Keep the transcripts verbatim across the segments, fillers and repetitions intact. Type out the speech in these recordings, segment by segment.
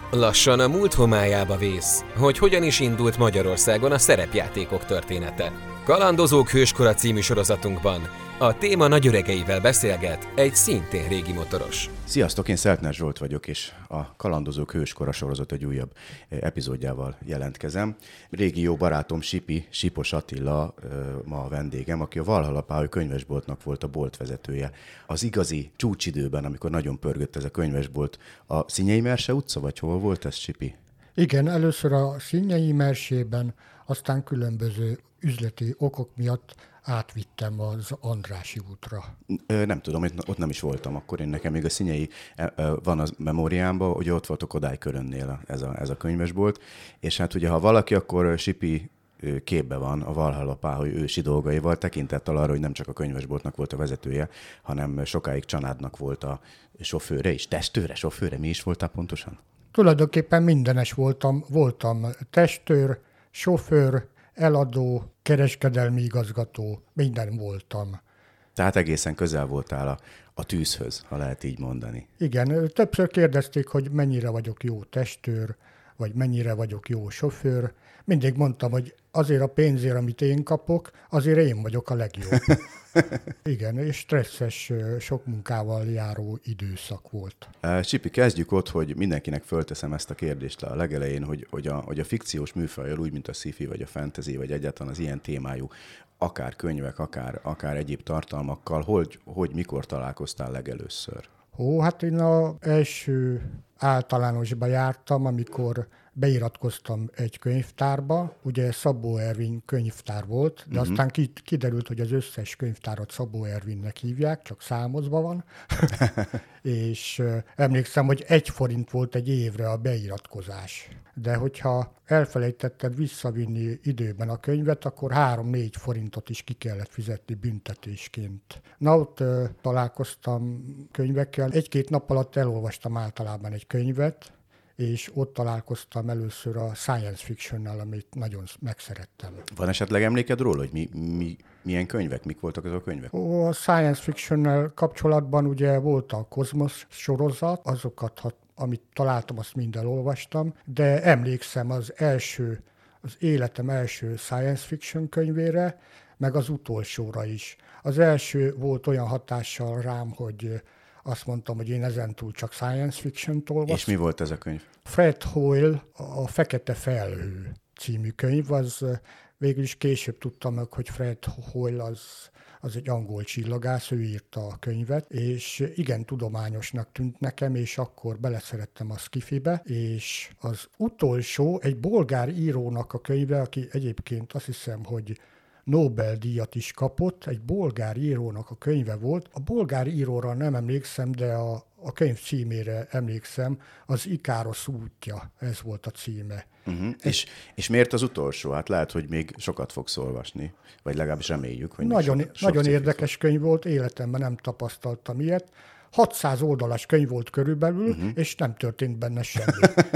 Lassan a múlt homályába vész, hogy hogyan is indult Magyarországon a szerepjátékok története. Kalandozók hőskora című sorozatunkban a téma nagyöregeivel beszélget egy szintén régi motoros. Sziasztok, én Szeltner Zsolt vagyok, és a Kalandozók hőskora sorozat egy újabb epizódjával jelentkezem. Régi jó barátom Sipi, Sipos Attila ma a vendégem, aki a Valhalla Páholy könyvesboltnak volt a boltvezetője. Az igazi csúcsidőben, amikor nagyon pörgött ez a könyvesbolt, a Szinyei Merse utca, vagy hol volt ez, Sipi? Igen, először a Szinyei Mersében, aztán különböző üzleti okok miatt átvittem az Andrássy útra. Nem tudom, ott nem is voltam akkor, én nekem még a Szinyei van az memóriámban, hogy ott volt a Kodály Körönnél ez a, ez a könyvesbolt, és hát ugye ha valaki, akkor Sipi képbe van a Valhalla Páholy ősi dolgaival, tekintettel arra, hogy nem csak a könyvesboltnak volt a vezetője, hanem sokáig Csanádnak volt a sofőre is. Testőre, sofőre, mi is voltál pontosan? Tulajdonképpen mindenes voltam. Voltam testőr, sofőr, eladó, kereskedelmi igazgató, minden voltam. Tehát egészen közel voltál a, a tűzhöz, ha lehet így mondani. Igen, többször kérdezték, hogy mennyire vagyok jó testőr, vagy mennyire vagyok jó sofőr. Mindig mondtam, hogy azért a pénzért, amit én kapok, azért én vagyok a legjobb. Igen, és stresszes, sok munkával járó időszak volt. Sipi, kezdjük ott, hogy mindenkinek fölteszem ezt a kérdést a legelején, hogy, hogy, a, hogy a fikciós műfajjal, úgy, mint a sci-fi, vagy a fantasy, vagy egyáltalán az ilyen témájú, akár könyvek, akár, akár egyéb tartalmakkal, hogy, hogy mikor találkoztál legelőször? Ó, hát én az első általánosba jártam, amikor beiratkoztam egy könyvtárba, ugye Szabó Ervin könyvtár volt, de uh-huh. aztán kiderült, hogy az összes könyvtárat Szabó Ervinnek hívják, csak számozva van, és emlékszem, hogy egy forint volt egy évre a beiratkozás. De hogyha elfelejtetted visszavinni időben a könyvet, akkor három-négy forintot is ki kellett fizetni büntetésként. Na, ott uh, találkoztam könyvekkel. Egy-két nap alatt elolvastam általában egy könyvet, és ott találkoztam először a science fiction-nel, amit nagyon megszerettem. Van esetleg emléked róla, hogy mi, mi, milyen könyvek, mik voltak azok a könyvek? Ó, a science fiction-nel kapcsolatban ugye volt a Kozmosz sorozat, azokat, ha, amit találtam, azt mind elolvastam, de emlékszem az első, az életem első science fiction könyvére, meg az utolsóra is. Az első volt olyan hatással rám, hogy azt mondtam, hogy én ezentúl csak science fiction-t olvastam. És mi volt ez a könyv? Fred Hoyle, a Fekete Felhő című könyv, az végül is később tudtam meg, hogy Fred Hoyle az, az egy angol csillagász, ő írta a könyvet, és igen tudományosnak tűnt nekem, és akkor beleszerettem a sci-fibe, és az utolsó egy bolgár írónak a könyve, aki egyébként azt hiszem, hogy Nobel-díjat is kapott, egy bolgár írónak a könyve volt. A bolgár íróra nem emlékszem, de a, a könyv címére emlékszem, az Ikárosz útja, ez volt a címe. Uh-huh. Ez... És, és miért az utolsó? Hát lehet, hogy még sokat fogsz olvasni, vagy legalábbis reméljük, hogy Nagyon, sok, sok nagyon érdekes fog. Könyv volt, életemben nem tapasztaltam ilyet. hatszáz oldalas könyv volt körülbelül, uh-huh. és nem történt benne semmi.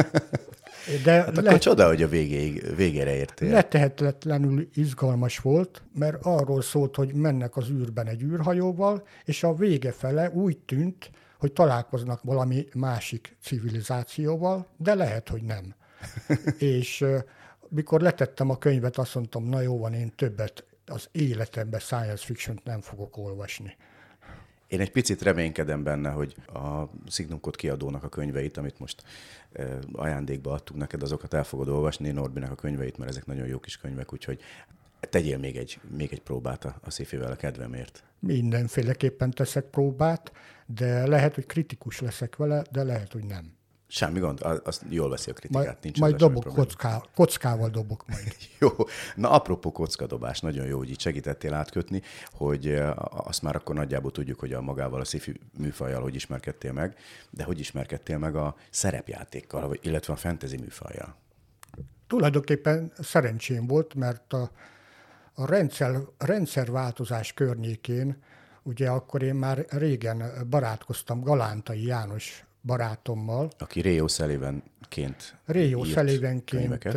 De hát akkor le... csoda, hogy a végéig, végére értél. Letehetetlenül izgalmas volt, mert arról szólt, hogy mennek az űrben egy űrhajóval, és a vége fele úgy tűnt, hogy találkoznak valami másik civilizációval, de lehet, hogy nem. És uh, mikor letettem a könyvet, azt mondtam, na jó van, én többet az életemben science fiction-t nem fogok olvasni. Én egy picit reménykedem benne, hogy a Signum Kode kiadónak a könyveit, amit most eh, ajándékba adtuk neked, azokat el fogod olvasni, Norbinek a könyveit, mert ezek nagyon jó kis könyvek, úgyhogy tegyél még egy, még egy próbát a, a sci-fivel a kedvemért. Mindenféleképpen teszek próbát, de lehet, hogy kritikus leszek vele, de lehet, hogy nem. Semmi gond, azt jól veszi a kritikát. Majd, nincs majd dobok kocká, kockával dobok majd. Jó, na apropó kockadobás, nagyon jó, hogy így segítettél átkötni, hogy azt már akkor nagyjából tudjuk, hogy a magával a sci-fi műfajjal hogy ismerkedtél meg, de hogy ismerkedtél meg a szerepjátékkal, illetve a fantasy műfajjal? Tulajdonképpen szerencsém volt, mert a, a rendszer, rendszerváltozás környékén, ugye akkor én már régen barátkoztam Galántai János barátommal. Aki Ray O'Sullivan-ként Ray O'Sullivan-ként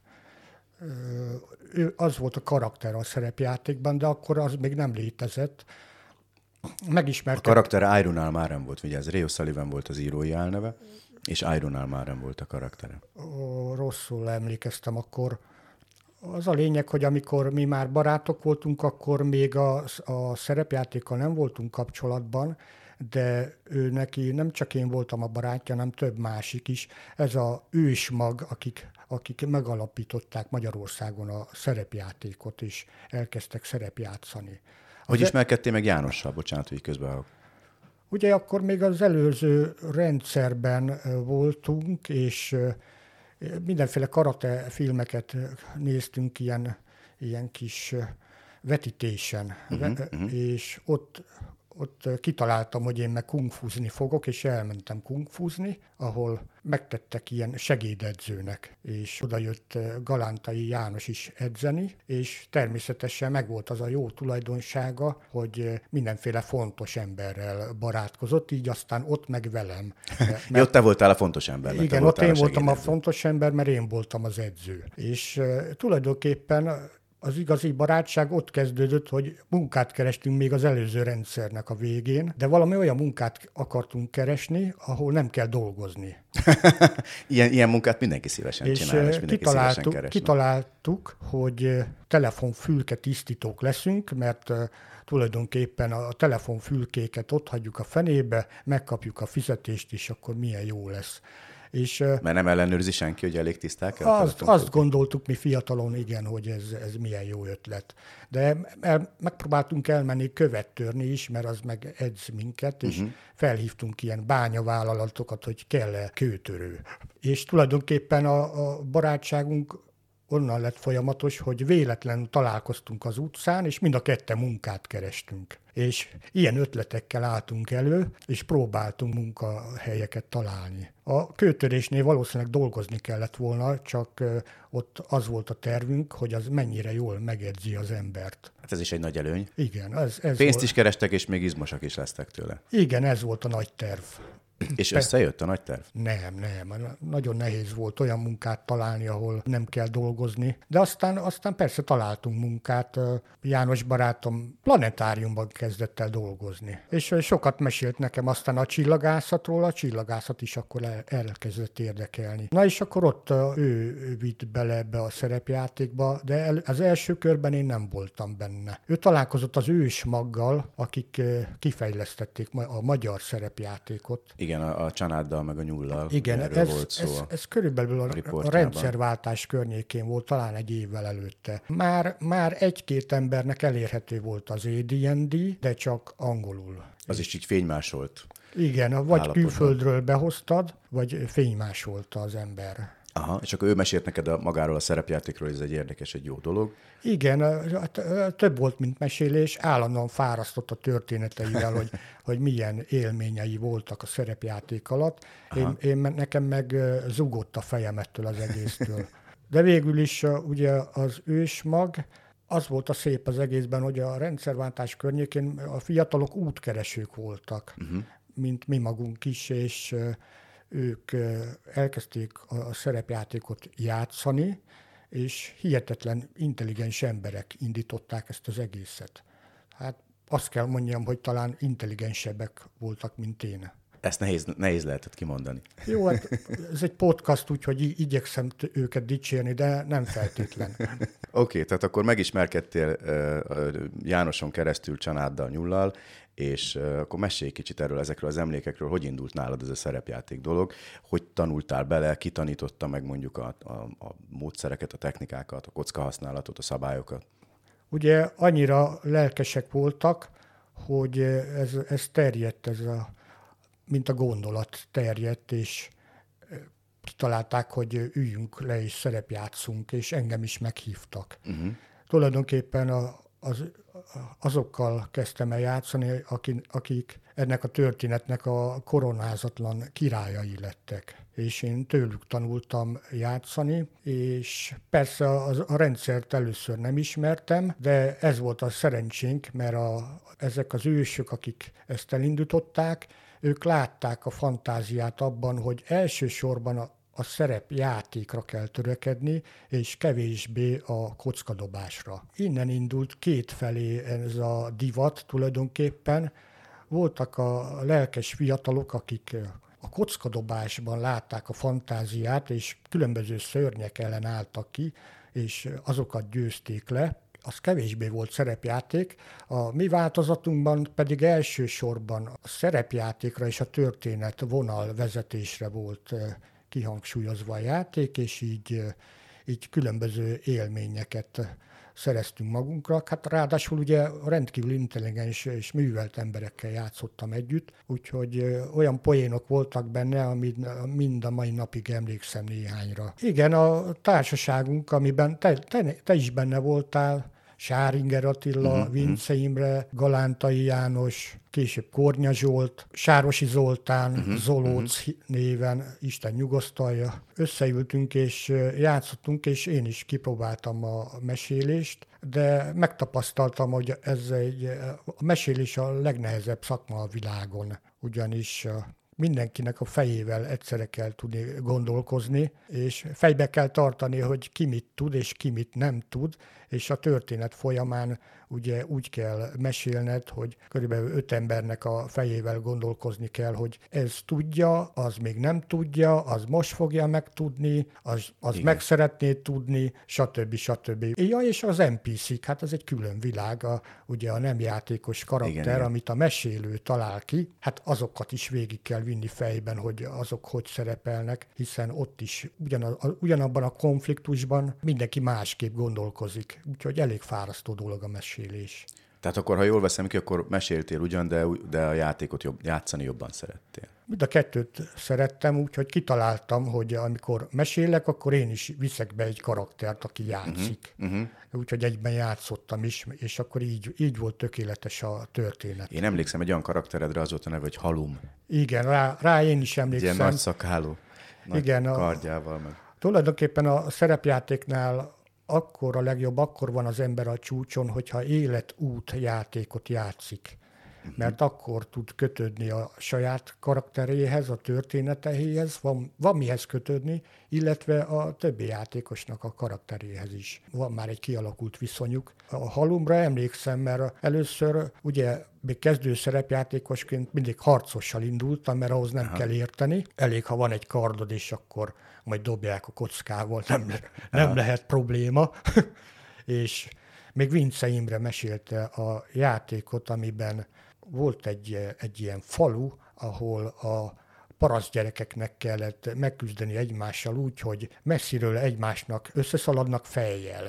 az volt a karakter a szerepjátékban, de akkor az még nem létezett. Megismerkedtem. A karakter Ironnál már nem volt, vigyázz, Ray O'Sullivan volt az írói álneve. És Ironnál már nem volt a karaktere. Ó, rosszul emlékeztem akkor. Az a lényeg, hogy amikor mi már barátok voltunk, akkor még a, a szerepjátékkal nem voltunk kapcsolatban, de ő neki nem csak én voltam a barátja, hanem több másik is. Ez a ősmag, akik, akik megalapították Magyarországon a szerepjátékot, és elkezdtek szerepjátszani. Hogy az ismerkedtél meg Jánossal? Bocsánat, hogy közben... Ugye akkor még az előző rendszerben voltunk, és mindenféle karate filmeket néztünk ilyen, ilyen kis vetítésen, uh-huh, uh-huh. és ott, ott kitaláltam, hogy én meg kungfuzni fogok, és elmentem kungfuzni, ahol megtettek ilyen segédedzőnek, és oda jött Galántai János is edzeni, és természetesen megvolt az a jó tulajdonsága, hogy mindenféle fontos emberrel barátkozott, így aztán ott meg velem. Mert, jó, te voltál a fontos ember. Igen, ott én voltam a fontos ember, mert én voltam az edző. És uh, tulajdonképpen az igazi barátság ott kezdődött, hogy munkát kerestünk még az előző rendszernek a végén, de valami olyan munkát akartunk keresni, ahol nem kell dolgozni. ilyen, ilyen munkát mindenki szívesen és csinál, és mindenki szívesen keres. Kitaláltuk, hogy telefonfülke tisztítók leszünk, mert tulajdonképpen a telefonfülkéket ott hagyjuk a fenébe, megkapjuk a fizetést, és akkor milyen jó lesz. És, mert nem ellenőrzi senki, hogy elég tiszták? Azt, azt gondoltuk mi fiatalon, igen, hogy ez, ez milyen jó ötlet. De el, megpróbáltunk elmenni követ törni is, mert az meg edz minket, és uh-huh. felhívtunk ilyen bányavállalatokat, hogy kell-e kőtörő. És tulajdonképpen a, a barátságunk onnan lett folyamatos, hogy véletlenül találkoztunk az utcán, és mind a ketten munkát kerestünk. És ilyen ötletekkel álltunk elő, és próbáltunk munkahelyeket találni. A kőtörésnél valószínűleg dolgozni kellett volna, csak ott az volt a tervünk, hogy az mennyire jól megedzi az embert. Hát ez is egy nagy előny. Igen. Ez, ez Pénzt volt... is kerestek, és még izmosak is lesztek tőle. Igen, ez volt a nagy terv. És összejött a nagy terv? Nem, nem. Nagyon nehéz volt olyan munkát találni, ahol nem kell dolgozni. De aztán, aztán persze találtunk munkát. János barátom planetáriumban kezdett el dolgozni. És sokat mesélt nekem aztán a csillagászatról, a csillagászat is akkor el, elkezdett érdekelni. Na és akkor ott ő vitt bele ebbe a szerepjátékba, de az első körben én nem voltam benne. Ő találkozott az ősmaggal, akik kifejlesztették a magyar szerepjátékot. Igen, a, a Csanáddal, meg a Nyullal. Igen, ez, volt szó ez, ez körülbelül a, a, a rendszerváltás környékén volt, talán egy évvel előtte. Már, már egy-két embernek elérhető volt az á dé en dé, de csak angolul. Az is így fénymásolt. Igen, vagy állapotban. Külföldről behoztad, vagy fénymásolta az ember. Aha, és akkor ő mesélt neked a, magáról a szerepjátékról, ez egy érdekes, egy jó dolog. Igen, több volt, mint mesélés, állandóan fárasztott a történeteivel, hogy, hogy milyen élményei voltak a szerepjáték alatt. Én, én, nekem meg zugott a fejem ettől az egésztől. De végül is ugye az ősmag, az volt a szép az egészben, hogy a rendszerváltás környékén a fiatalok útkeresők voltak, uh-huh. mint mi magunk is, és ők elkezdték a szerepjátékot játszani, és hihetetlen intelligens emberek indították ezt az egészet. Hát azt kell mondjam, hogy talán intelligensebbek voltak, mint én. Ezt nehéz, nehéz lehetett kimondani. Jó, hát ez egy podcast, úgyhogy igyekszem őket dicsérni, de nem feltétlen. Oké, okay, tehát akkor megismerkedtél uh, Jánoson keresztül Csanáddal, Nyullal, és uh, akkor mesélj kicsit erről, ezekről az emlékekről, hogy indult nálad ez a szerepjáték dolog, hogy tanultál bele, ki tanította meg mondjuk a, a, a módszereket, a technikákat, a kockahasználatot, a szabályokat? Ugye annyira lelkesek voltak, hogy ez, ez terjedt, ez a, mint a gondolat terjedt, és kitalálták, hogy üljünk le és szerepjátszunk, és engem is meghívtak. Uh-huh. Tulajdonképpen a, az, azokkal kezdtem el játszani, akik, akik ennek a történetnek a koronázatlan királyai lettek. És én tőlük tanultam játszani, és persze a, a rendszert először nem ismertem, de ez volt a szerencsénk, mert a, ezek az ősök, akik ezt elindították, ők látták a fantáziát abban, hogy elsősorban a, a szerepjátékra kell törekedni, és kevésbé a kockadobásra. Innen indult kétfelé ez a divat tulajdonképpen. Voltak a lelkes fiatalok, akik a kockadobásban látták a fantáziát, és különböző szörnyek ellen álltak ki, és azokat győzték le. Az kevésbé volt szerepjáték, a mi változatunkban pedig elsősorban a szerepjátékra és a történet vonal vezetésre volt kihangsúlyozva a játék, és így, így különböző élményeket szereztünk magunkra. Hát ráadásul ugye rendkívül intelligens és művelt emberekkel játszottam együtt, úgyhogy olyan poénok voltak benne, amit mind a mai napig emlékszem néhányra. Igen, a társaságunk, amiben te, te, te is benne voltál, Sáringer Attila, uh-huh, Vince Imre, Galántai János, később Kornya Zsolt, Sárosi Zoltán, uh-huh, Zolóc uh-huh. néven, Isten nyugosztalja. Összeültünk és játszottunk, és én is kipróbáltam a mesélést, de megtapasztaltam, hogy ez egy, a mesélés a legnehezebb szakma a világon, ugyanis mindenkinek a fejével egyszerre kell tudni gondolkozni, és fejbe kell tartani, hogy ki mit tud, és ki mit nem tud, és a történet folyamán ugye úgy kell mesélned, hogy körülbelül öt embernek a fejével gondolkozni kell, hogy ez tudja, az még nem tudja, az most fogja megtudni, az, az meg szeretné tudni, stb. stb. Ja, és az en pé cé-k, hát ez egy külön világ, a, ugye a nem játékos karakter, igen, amit igen. a mesélő talál ki, hát azokat is végig kell vinni fejben, hogy azok hogy szerepelnek, hiszen ott is ugyanaz, ugyanabban a konfliktusban mindenki másképp gondolkozik, úgyhogy elég fárasztó dolog a mesélés. Tehát akkor, ha jól veszem ki, akkor meséltél ugyan, de, de a játékot jobb, játszani jobban szerettél. Mind a kettőt szerettem, úgyhogy kitaláltam, hogy amikor mesélek, akkor én is viszek be egy karaktert, aki játszik. Uh-huh, uh-huh. Úgyhogy egyben játszottam is, és akkor így, így volt tökéletes a történet. Én emlékszem egy olyan karakteredre, az volt a neve, hogy Halum. Igen, rá, rá én is emlékszem. Ilyen nagy szakálú, nagy igen, kardjával. Meg. Tulajdonképpen a szerepjátéknál akkor a legjobb, akkor van az ember a csúcson, hogyha életút játékot játszik. Uh-huh. Mert akkor tud kötődni a saját karakteréhez, a történetehéhez, van, van mihez kötődni, illetve a többi játékosnak a karakteréhez is. Van már egy kialakult viszonyuk. A Halumra emlékszem, mert először ugye még kezdő szerepjátékosként mindig harcossal indultam, mert ahhoz nem Aha. kell érteni. Elég, ha van egy kardod, és akkor majd dobják a kockával, nem, le, nem lehet probléma. És még Vince Imre mesélte a játékot, amiben volt egy, egy ilyen falu, ahol a parasztgyerekeknek kellett megküzdeni egymással úgy, hogy messziről egymásnak összeszaladnak fejjel.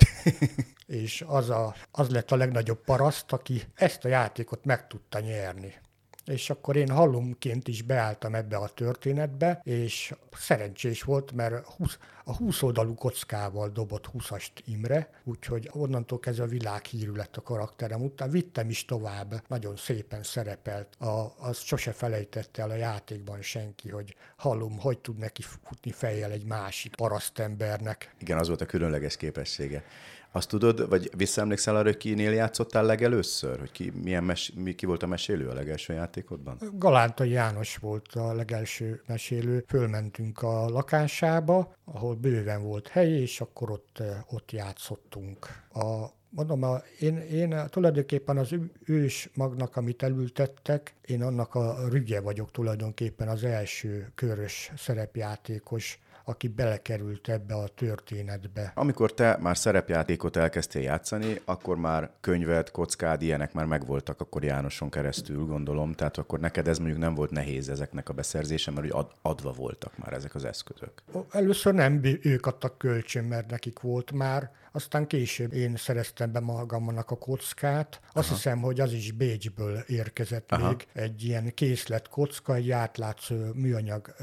És az, a, az lett a legnagyobb paraszt, aki ezt a játékot meg tudta nyerni. És akkor én Halumként is beálltam ebbe a történetbe, és szerencsés volt, mert húsz, a húsz oldalú kockával dobott húszast Imre, úgyhogy onnantól kezdve a világhírű lett a karakterem. Utána vittem is tovább, nagyon szépen szerepelt. A, az sose felejtette el a játékban senki, hogy Halum hogy tud neki futni fejjel egy másik parasztembernek. Igen, az volt a különleges képessége. Azt tudod, vagy visszaemlékszel arra, hogy kinél játszottál legelőször? Hogy ki, milyen mes, mi, ki volt a mesélő a legelső játékodban? Galántai János volt a legelső mesélő. Fölmentünk a lakásába, ahol bőven volt hely, és akkor ott, ott játszottunk. A, mondom, a, én, én tulajdonképpen az ős magnak, amit elültettek, én annak a rügye vagyok tulajdonképpen az első körös szerepjátékos, aki belekerült ebbe a történetbe. Amikor te már szerepjátékot elkezdtél játszani, akkor már könyved, kockád, ilyenek már megvoltak akkor Jánoson keresztül, gondolom. Tehát akkor neked ez mondjuk nem volt nehéz ezeknek a beszerzése, mert hogy adva voltak már ezek az eszközök. Először nem ők adtak kölcsön, mert nekik volt már. Aztán később én szereztem be magamnak a kockát. Azt Aha. hiszem, hogy az is Bécsből érkezett Aha. még. Egy ilyen készlet kocka, egy átlátszó műanyag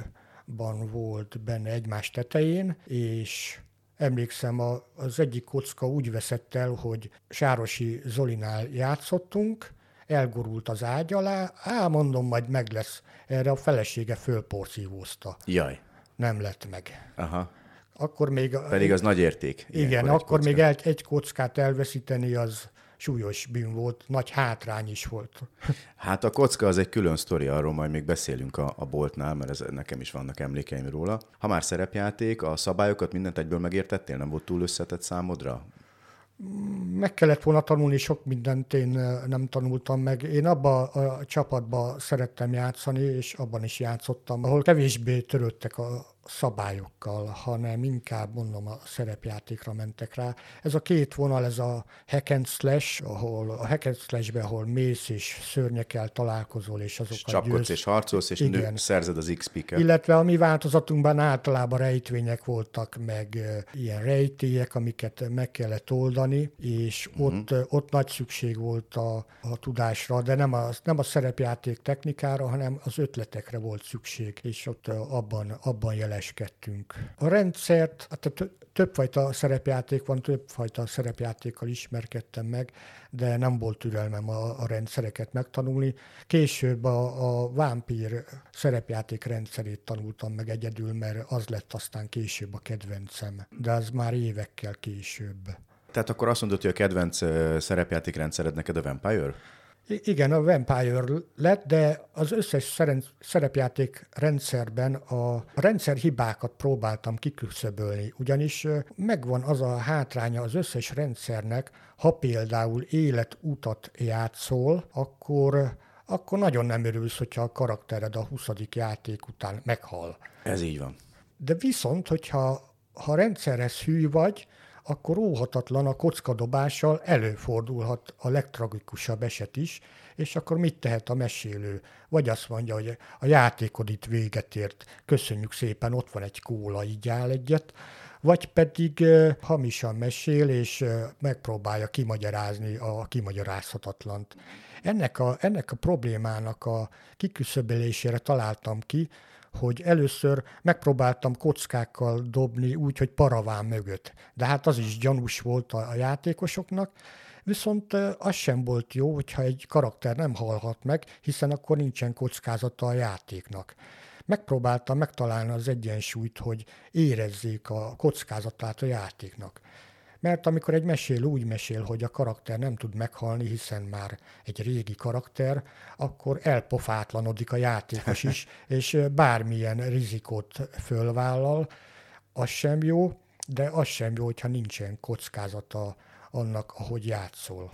volt benne egymás tetején, és emlékszem, az egyik kocka úgy veszett el, hogy Sárosi Zolinál játszottunk, elgurult az ágy alá, á, mondom, majd meg lesz. Erre a felesége fölporszívózta. Jaj. Nem lett meg. Aha. Akkor még... Pedig az nagy érték. Igen, akkor még egy, egy kockát elveszíteni, az súlyos bűn volt, nagy hátrány is volt. Hát a kocka az egy külön sztori, arról majd még beszélünk a, a boltnál, mert ez, nekem is vannak emlékeim róla. Ha már szerepjáték, a szabályokat mindent egyből megértettél? Nem volt túl összetett számodra? Meg kellett volna tanulni, sok mindent én nem tanultam meg. Én abba a csapatba szerettem játszani, és abban is játszottam, ahol kevésbé törődtek a szabályokkal, hanem inkább, mondom, a szerepjátékra mentek rá. Ez a két vonal, ez a hack and slash, ahol a hack and slashben, ahol mész és szörnyekkel találkozol, és azokat és csapkodsz győz. és harcolsz, és nő, szerzed az iksz pé-ket. Illetve a mi változatunkban általában rejtvények voltak, meg uh, ilyen rejtélyek, amiket meg kellett oldani, és uh-huh. ott, uh, ott nagy szükség volt a, a tudásra, de nem a, nem a szerepjáték technikára, hanem az ötletekre volt szükség, és ott uh, abban, abban jeleskedtünk. A rendszert, hát többfajta szerepjáték van, többfajta szerepjátékkal ismerkedtem meg, de nem volt türelmem a, a rendszereket megtanulni. Később a, a vámpír szerepjáték rendszerét tanultam meg egyedül, mert az lett aztán később a kedvencem, de az már évekkel később. Tehát akkor azt mondod, hogy a kedvenc szerepjáték rendszered neked a Vampire? Igen, a Vampire lett, de az összes szerepjáték rendszerben a rendszer hibákat próbáltam kiküszöbölni, ugyanis megvan az a hátránya az összes rendszernek, ha például életutat játszol, akkor, akkor nagyon nem örülsz, hogyha a karaktered a huszadik játék után meghal. Ez így van. De viszont, hogyha ha rendszerhez hű vagy, akkor óhatatlan a kockadobással előfordulhat a legtragikusabb eset is, és akkor mit tehet a mesélő? Vagy azt mondja, hogy a játékod itt véget ért, köszönjük szépen, ott van egy kóla, így áll egyet, vagy pedig uh, hamisan mesél, és uh, megpróbálja kimagyarázni a kimagyarázhatatlant. Ennek a, ennek a problémának a kiküszöbölésére találtam ki, hogy először megpróbáltam kockákkal dobni úgy, hogy paraván mögött. De hát az is gyanús volt a, a játékosoknak, viszont az sem volt jó, hogyha egy karakter nem halhat meg, hiszen akkor nincsen kockázata a játéknak. Megpróbáltam megtalálni az egyensúlyt, hogy érezzék a kockázatát a játéknak. Mert amikor egy mesélő úgy mesél, hogy a karakter nem tud meghalni, hiszen már egy régi karakter, akkor elpofátlanodik a játékos is, és bármilyen rizikót fölvállal, az sem jó, de az sem jó, hogyha nincsen kockázata annak, ahogy játszol.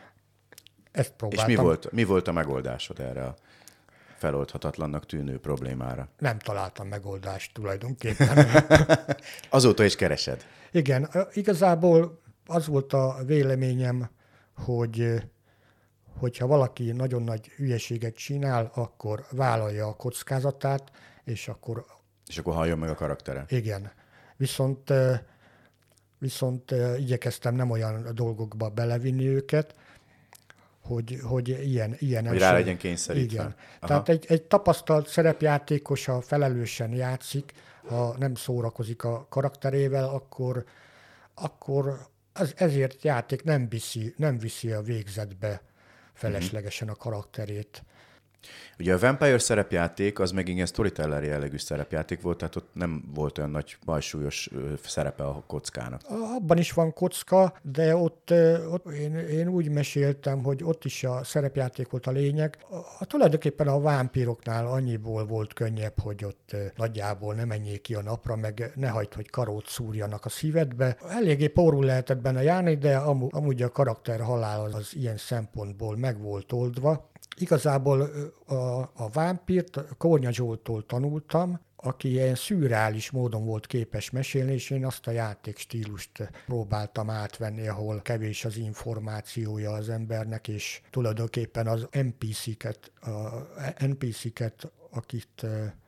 Ezt próbáltam. És mi volt, mi volt a megoldásod erre a feloldhatatlannak tűnő problémára? Nem találtam megoldást tulajdonképpen. Azóta is keresed? Igen, igazából az volt a véleményem, hogy hogyha valaki nagyon nagy hülyeséget csinál, akkor vállalja a kockázatát, és akkor... És akkor halljon meg a karaktere. Igen. Viszont, viszont igyekeztem nem olyan dolgokba belevinni őket, hogy, hogy ilyen... ilyen hogy rá legyen kényszerítve. Igen. Aha. Tehát egy, egy tapasztalt szerepjátékos, ha felelősen játszik, ha nem szórakozik a karakterével, akkor, akkor az, ezért játék nem viszi, nem viszi a végzetbe feleslegesen a karakterét. Ugye a Vampire szerepjáték az meg igen storyteller jellegű szerepjáték volt, tehát ott nem volt olyan nagy bajsúlyos szerepe a kockának. Abban is van kocka, de ott, ott én, én úgy meséltem, hogy ott is a szerepjáték volt a lényeg. A, a tulajdonképpen a vámpíroknál annyiból volt könnyebb, hogy ott nagyjából ne menjél ki a napra, meg ne hagyd, hogy karót szúrjanak a szívedbe. Eléggé pórul lehetett benne járni, de amú, amúgy a karakter halál az, az ilyen szempontból meg volt oldva. Igazából a, a vámpírt Kórnya Zsolttól tanultam, aki ilyen szürreális módon volt képes mesélni, és én azt a játékstílust próbáltam átvenni, ahol kevés az információja az embernek, és tulajdonképpen az en pé cé-ket, a en pé cé-ket, akit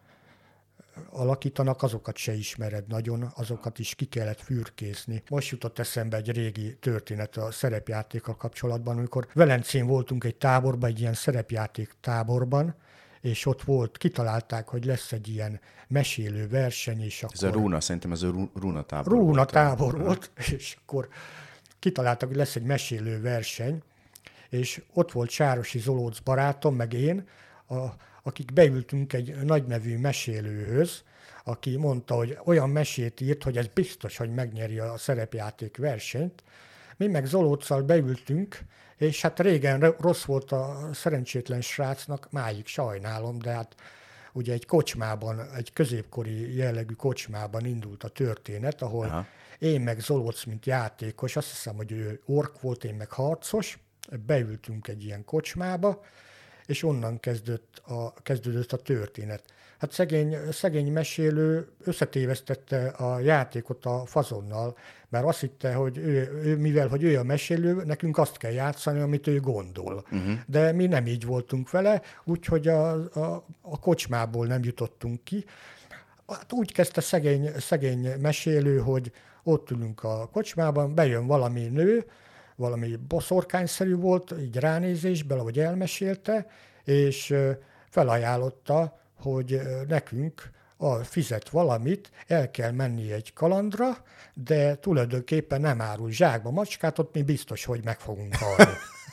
alakítanak, azokat se ismered nagyon, azokat is ki kellett fürkészni. Most jutott eszembe egy régi történet a szerepjátékkal kapcsolatban, amikor Velencén voltunk egy táborban, egy ilyen szerepjáték táborban, és ott volt, kitalálták, hogy lesz egy ilyen mesélő verseny, és akkor... Ez a Rúna, szerintem ez a Rúna tábor Rúna volt. tábor volt, és akkor kitalálták, hogy lesz egy mesélő verseny, és ott volt Sárosi Zolóc barátom, meg én, a akik beültünk egy nagynevű mesélőhöz, aki mondta, hogy olyan mesét írt, hogy ez biztos, hogy megnyeri a szerepjáték versenyt. Mi meg Zolóccal beültünk, és hát régen rossz volt a szerencsétlen srácnak, máig sajnálom, de hát ugye egy kocsmában, egy középkori jellegű kocsmában indult a történet, ahol Aha. én meg Zolóc, mint játékos, azt hiszem, hogy ő ork volt, én meg harcos, beültünk egy ilyen kocsmába, és onnan kezdődött a, kezdődött a történet. Hát szegény, szegény mesélő összetévesztette a játékot a fazonnal, mert azt hitte, hogy ő, ő, mivel hogy ő a mesélő, nekünk azt kell játszani, amit ő gondol. Uh-huh. De mi nem így voltunk vele, úgyhogy a, a, a kocsmából nem jutottunk ki. Hát úgy kezdte szegény, szegény mesélő, hogy ott ülünk a kocsmában, bejön valami nő, valami boszorkányszerű volt, így ránézésben, ahogy elmesélte, és felajánlotta, hogy nekünk a, fizet valamit, el kell menni egy kalandra, de tulajdonképpen nem árul zsákba macskát, ott mi biztos, hogy meg fogunk halni.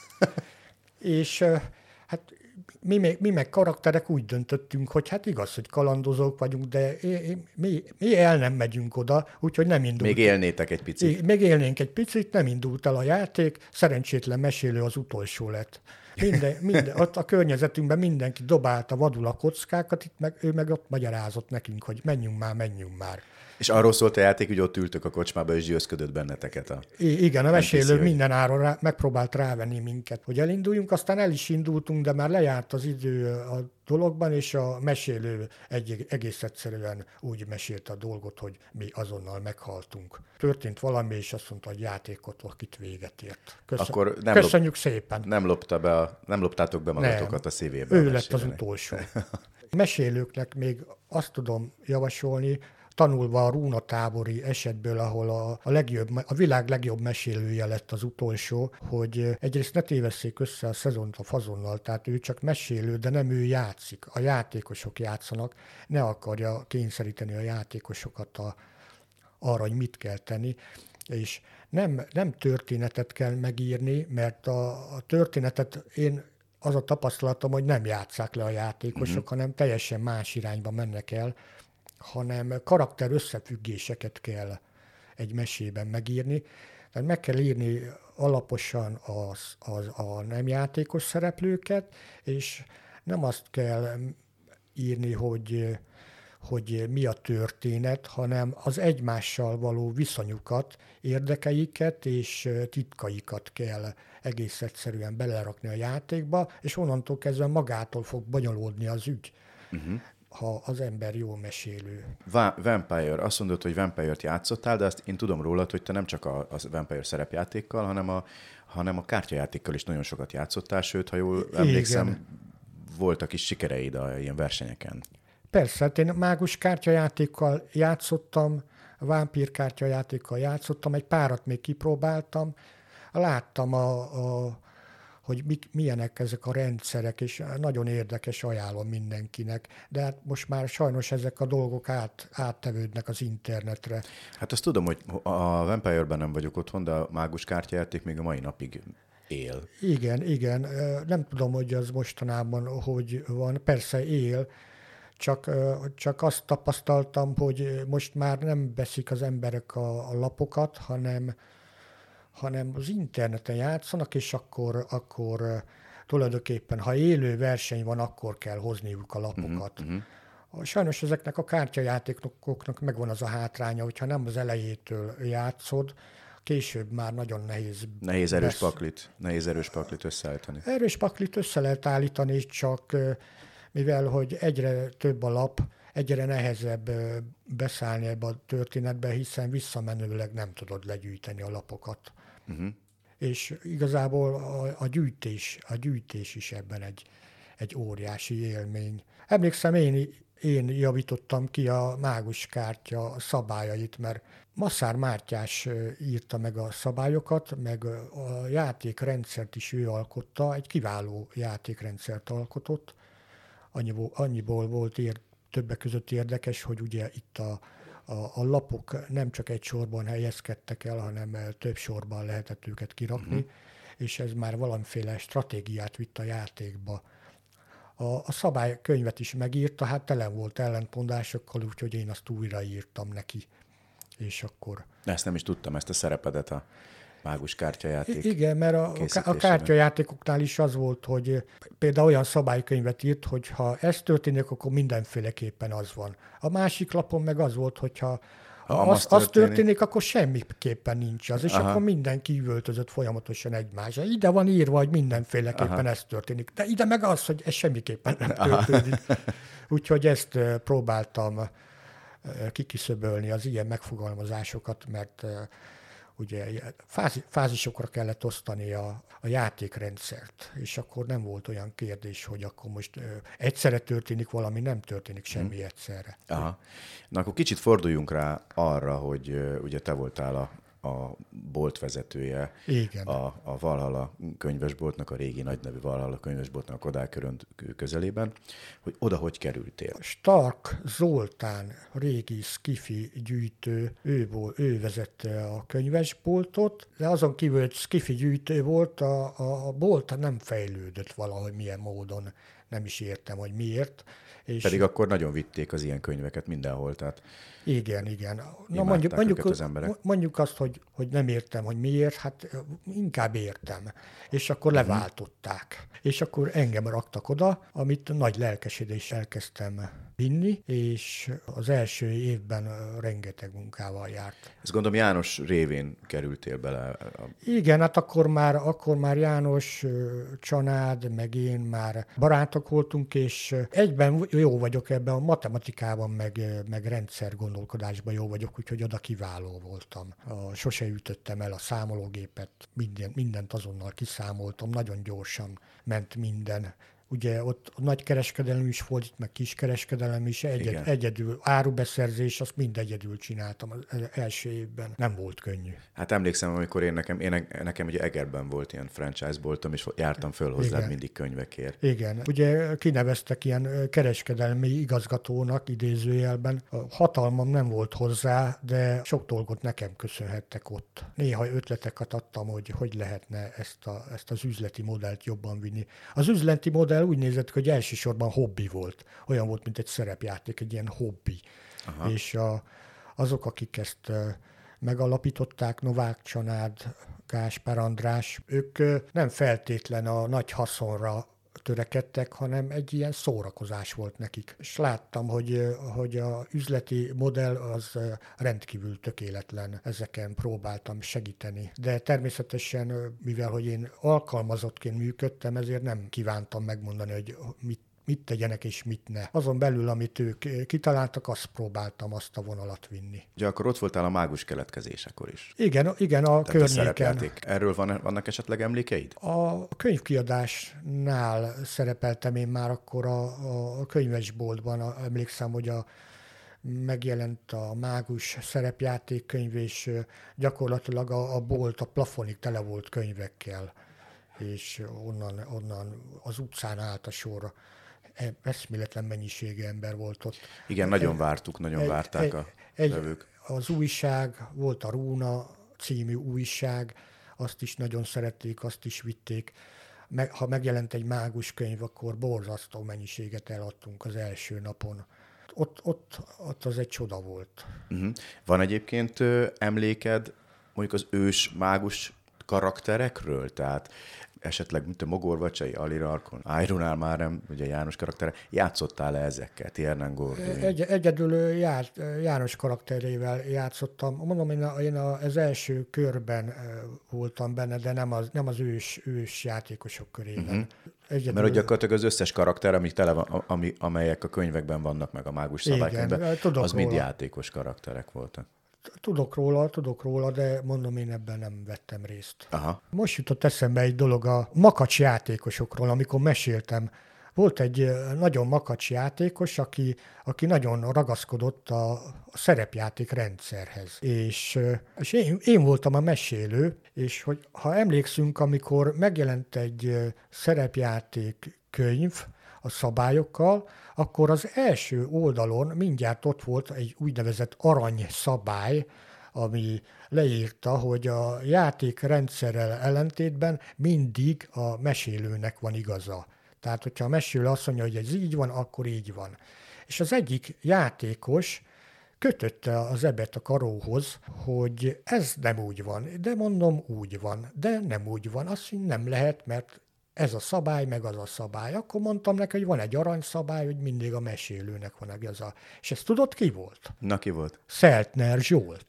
És hát mi, mi, mi meg karakterek úgy döntöttünk, hogy hát igaz, hogy kalandozók vagyunk, de mi, mi el nem megyünk oda, úgyhogy nem indult. Még élnétek egy picit. Még élnénk egy picit, nem indult el a játék, szerencsétlen mesélő az utolsó lett. Minden, minden, ott a környezetünkben mindenki dobálta vadul a kockákat, itt meg, ő meg ott magyarázott nekünk, hogy menjünk már, menjünk már. És arról szólt a játék, hogy ott ültök a kocsmába, és győzködött benneteket a... I- igen, a mesélő hogy... minden áron rá, megpróbált rávenni minket, hogy elinduljunk, aztán el is indultunk, de már lejárt az idő a dologban, és a mesélő egy, egész egyszerűen úgy mesélte a dolgot, hogy mi azonnal meghaltunk. Történt valami, és azt mondta, hogy játékot itt véget ért. Köszön... Akkor nem Köszönjük lop... szépen. Nem, lopta be a... nem loptátok be magatokat nem. a szívébe. Ő lett az utolsó. Mesélőknek még azt tudom javasolni, tanulva a rúnatábori esetből, ahol a, a, legjobb, a világ legjobb mesélője lett az utolsó, hogy egyrészt ne tévesszék össze a szezont a fazonnal, tehát ő csak mesélő, de nem ő játszik. A játékosok játszanak, ne akarja kényszeríteni a játékosokat a, arra, hogy mit kell tenni, és nem, nem történetet kell megírni, mert a, a történetet én az a tapasztalatom, hogy nem játsszák le a játékosok, mm-hmm. hanem teljesen más irányba mennek el, hanem karakter összefüggéseket kell egy mesében megírni. Tehát meg kell írni alaposan az, az, a nem játékos szereplőket, és nem azt kell írni, hogy, hogy mi a történet, hanem az egymással való viszonyukat, érdekeiket és titkaikat kell egész egyszerűen belerakni a játékba, és onnantól kezdve magától fog bonyolódni az ügy. Uh-huh. Ha az ember jó mesélő. Va- Vampire, azt mondod, hogy Vampire-t játszottál, de azt én tudom rólad, hogy te nem csak a, a Vampire szerepjátékkal, hanem a, hanem a kártyajátékkal is nagyon sokat játszottál, sőt, ha jól emlékszem, igen. voltak is sikereid a ilyen versenyeken. Persze, hát én mágus kártyajátékkal játszottam, vámpír kártyajátékkal játszottam, egy párat még kipróbáltam, láttam a, a hogy mik, milyenek ezek a rendszerek, és nagyon érdekes, ajánlom mindenkinek. De hát most már sajnos ezek a dolgok át, áttevődnek az internetre. Hát azt tudom, hogy a Vampire-ben nem vagyok otthon, de a mágus kártyajáték még a mai napig él. Igen, igen. Nem tudom, hogy az mostanában hogy van. Persze él, csak, csak azt tapasztaltam, hogy most már nem veszik az emberek a, a lapokat, hanem hanem az interneten játszanak, és akkor, akkor tulajdonképpen, ha élő verseny van, akkor kell hozniuk a lapokat. Uh-huh. Sajnos ezeknek a kártyajátékoknak megvan az a hátránya, hogyha nem az elejétől játszod, később már nagyon nehéz. Nehéz erős besz... paklit, nehéz erős paklit összeállítani. Erős paklit össze lehet állítani, csak mivel, hogy egyre több a lap, egyre nehezebb beszállni ebbe a történetbe, hiszen visszamenőleg nem tudod legyűjteni a lapokat. Uh-huh. És igazából a, a, gyűjtés, a gyűjtés is ebben egy, egy óriási élmény. Emlékszem, én, én javítottam ki a mágus kártya szabályait, mert Masszár Mátyás írta meg a szabályokat, meg a játékrendszert is ő alkotta, egy kiváló játékrendszert alkotott. Annyiból, annyiból volt ér, többek között érdekes, hogy ugye itt a A, a lapok nem csak egy sorban helyezkedtek el, hanem több sorban lehetett őket kirakni, uh-huh. és ez már valamiféle stratégiát vitt a játékba. A, a szabálykönyvet is megírta, hát tele volt ellentmondásokkal, úgyhogy én azt újraírtam neki. És akkor... Ezt nem is tudtam, ezt a szerepedet a mágus kártyajáték. Igen, mert a, a kártyajátékoknál is az volt, hogy például olyan szabálykönyvet írt, hogy ha ez történik, akkor mindenféleképpen az van. A másik lapon meg az volt, hogyha ha az, az történik. történik, akkor semmiképpen nincs az, és Aha. akkor mindenki üvöltözött folyamatosan egymásra. Ide van írva, hogy mindenféleképpen Aha. ez történik. De ide meg az, hogy ez semmiképpen nem történik. Úgyhogy ezt próbáltam kikiszöbölni, az ilyen megfogalmazásokat, mert ugye fázi, fázisokra kellett osztani a, a játékrendszert, és akkor nem volt olyan kérdés, hogy akkor most ö, egyszerre történik valami, nem történik semmi hmm. egyszerre. Aha. Na akkor kicsit forduljunk rá arra, hogy ö, ugye te voltál a, a boltvezetője, Igen. a, a Valhalla könyvesboltnak, a régi nagynevű Valhalla könyvesboltnak a Kodály-Körönd közelében, hogy oda hogy kerültél? Stark Zoltán, régi skifi gyűjtő, ő, volt, ő vezette a könyvesboltot, de azon kívül, hogy skifi gyűjtő volt, a, a, a bolt nem fejlődött valahogy milyen módon, nem is értem, hogy miért. És Pedig akkor nagyon vitték az ilyen könyveket mindenhol, tehát igen, igen. Na mondjuk, mondjuk, az emberek. mondjuk azt, hogy, hogy nem értem, hogy miért, hát inkább értem. És akkor Uh-huh. leváltották. És akkor engem raktak oda, amit nagy lelkesedéssel elkezdtem vinni, és az első évben rengeteg munkával járt. Ezt gondolom János révén kerültél bele. A... Igen, hát akkor már, akkor már János, Csanád, meg én már barátok voltunk, és egyben jó vagyok ebben a matematikában, meg, meg rendszergondolkodásban jó vagyok, úgyhogy oda kiváló voltam. A, sose ütöttem el a számológépet, minden, mindent azonnal kiszámoltam, nagyon gyorsan ment minden. Ugye ott nagy kereskedelem is volt, itt meg kiskereskedelem is, egyed, egyedül, árubeszerzés, azt mind egyedül csináltam az első évben. Nem volt könnyű. Hát emlékszem, amikor én nekem, én, nekem ugye Egerben volt ilyen franchise boltom, és jártam föl hozzá Igen. mindig könyvekért. Igen. Ugye kineveztek ilyen kereskedelmi igazgatónak, idézőjelben. A hatalmam nem volt hozzá, de sok dolgot nekem köszönhettek ott. Néha ötleteket adtam, hogy hogy lehetne ezt, a, ezt az üzleti modellt jobban vinni. Az üzleti modell úgy nézett, hogy elsősorban hobbi volt. Olyan volt, mint egy szerepjáték, egy ilyen hobbi. Aha. És a, azok, akik ezt uh, megalapították, Novák Csanád, Gáspár András, ők uh, nem feltétlen a nagy haszonra törekedtek, hanem egy ilyen szórakozás volt nekik. És láttam, hogy, hogy a üzleti modell az rendkívül tökéletlen. Ezeken próbáltam segíteni. De természetesen, mivel hogy én alkalmazottként működtem, ezért nem kívántam megmondani, hogy mit mit tegyenek és mit ne. Azon belül, amit ők kitaláltak, azt próbáltam azt a vonalat vinni. Ugye akkor ott voltál a mágus keletkezésekor is. Igen, igen, a Tehát környéken. A Erről van, vannak esetleg emlékeid? A könyvkiadásnál szerepeltem én már akkor a, a könyvesboltban. Emlékszem, hogy a megjelent a mágus szerepjátékkönyv, és gyakorlatilag a, a bolt a plafonig tele volt könyvekkel, és onnan, onnan az utcán állt a sorra. Eszméletlen mennyiségű ember volt ott. Igen, nagyon vártuk, nagyon egy, várták a levők. Az újság, volt a Rúna című újság, azt is nagyon szerették, azt is vitték. Meg, ha megjelent egy mágus könyv, akkor borzasztó mennyiséget eladtunk az első napon. Ott, ott, ott az egy csoda volt. Uh-huh. Van egyébként ö, emléked mondjuk az ős mágus karakterekről? Tehát esetleg, mint a Mogorvacsai, Alirarkon, Ájrunál már nem, ugye János karaktere, játszottál-e ezekkel, Tiernan Gorduin? Egy, egyedül já, János karakterével játszottam. Mondom, én, a, én a, az első körben voltam benne, de nem az, nem az ős, ős játékosok körében. Uh-huh. Egyedül... Mert gyakorlatilag az összes karakter, amik tele van, ami, amelyek a könyvekben vannak, meg a mágus szabálykönyvben, az róla. Mind játékos karakterek voltak. Tudok róla, tudok róla, de mondom, én ebben nem vettem részt. Aha. Most jutott eszembe egy dolog a makacs játékosokról, amikor meséltem. Volt egy nagyon makacs játékos, aki, aki nagyon ragaszkodott a, a szerepjáték rendszerhez. És, és én, én voltam a mesélő, és hogy ha emlékszünk, amikor megjelent egy szerepjáték könyv a szabályokkal, akkor az első oldalon mindjárt ott volt egy úgynevezett aranyszabály, ami leírta, hogy a játékrendszerrel ellentétben mindig a mesélőnek van igaza. Tehát, hogyha a mesélő azt mondja, hogy ez így van, akkor így van. És az egyik játékos kötötte az ebet a karóhoz, hogy ez nem úgy van, de mondom úgy van, de nem úgy van, azt nem lehet, mert ez a szabály, meg az a szabály. Akkor mondtam neki, hogy van egy aranyszabály, hogy mindig a mesélőnek van ez a... És ezt tudod, ki volt? Na, ki volt? Szeltner Zsolt.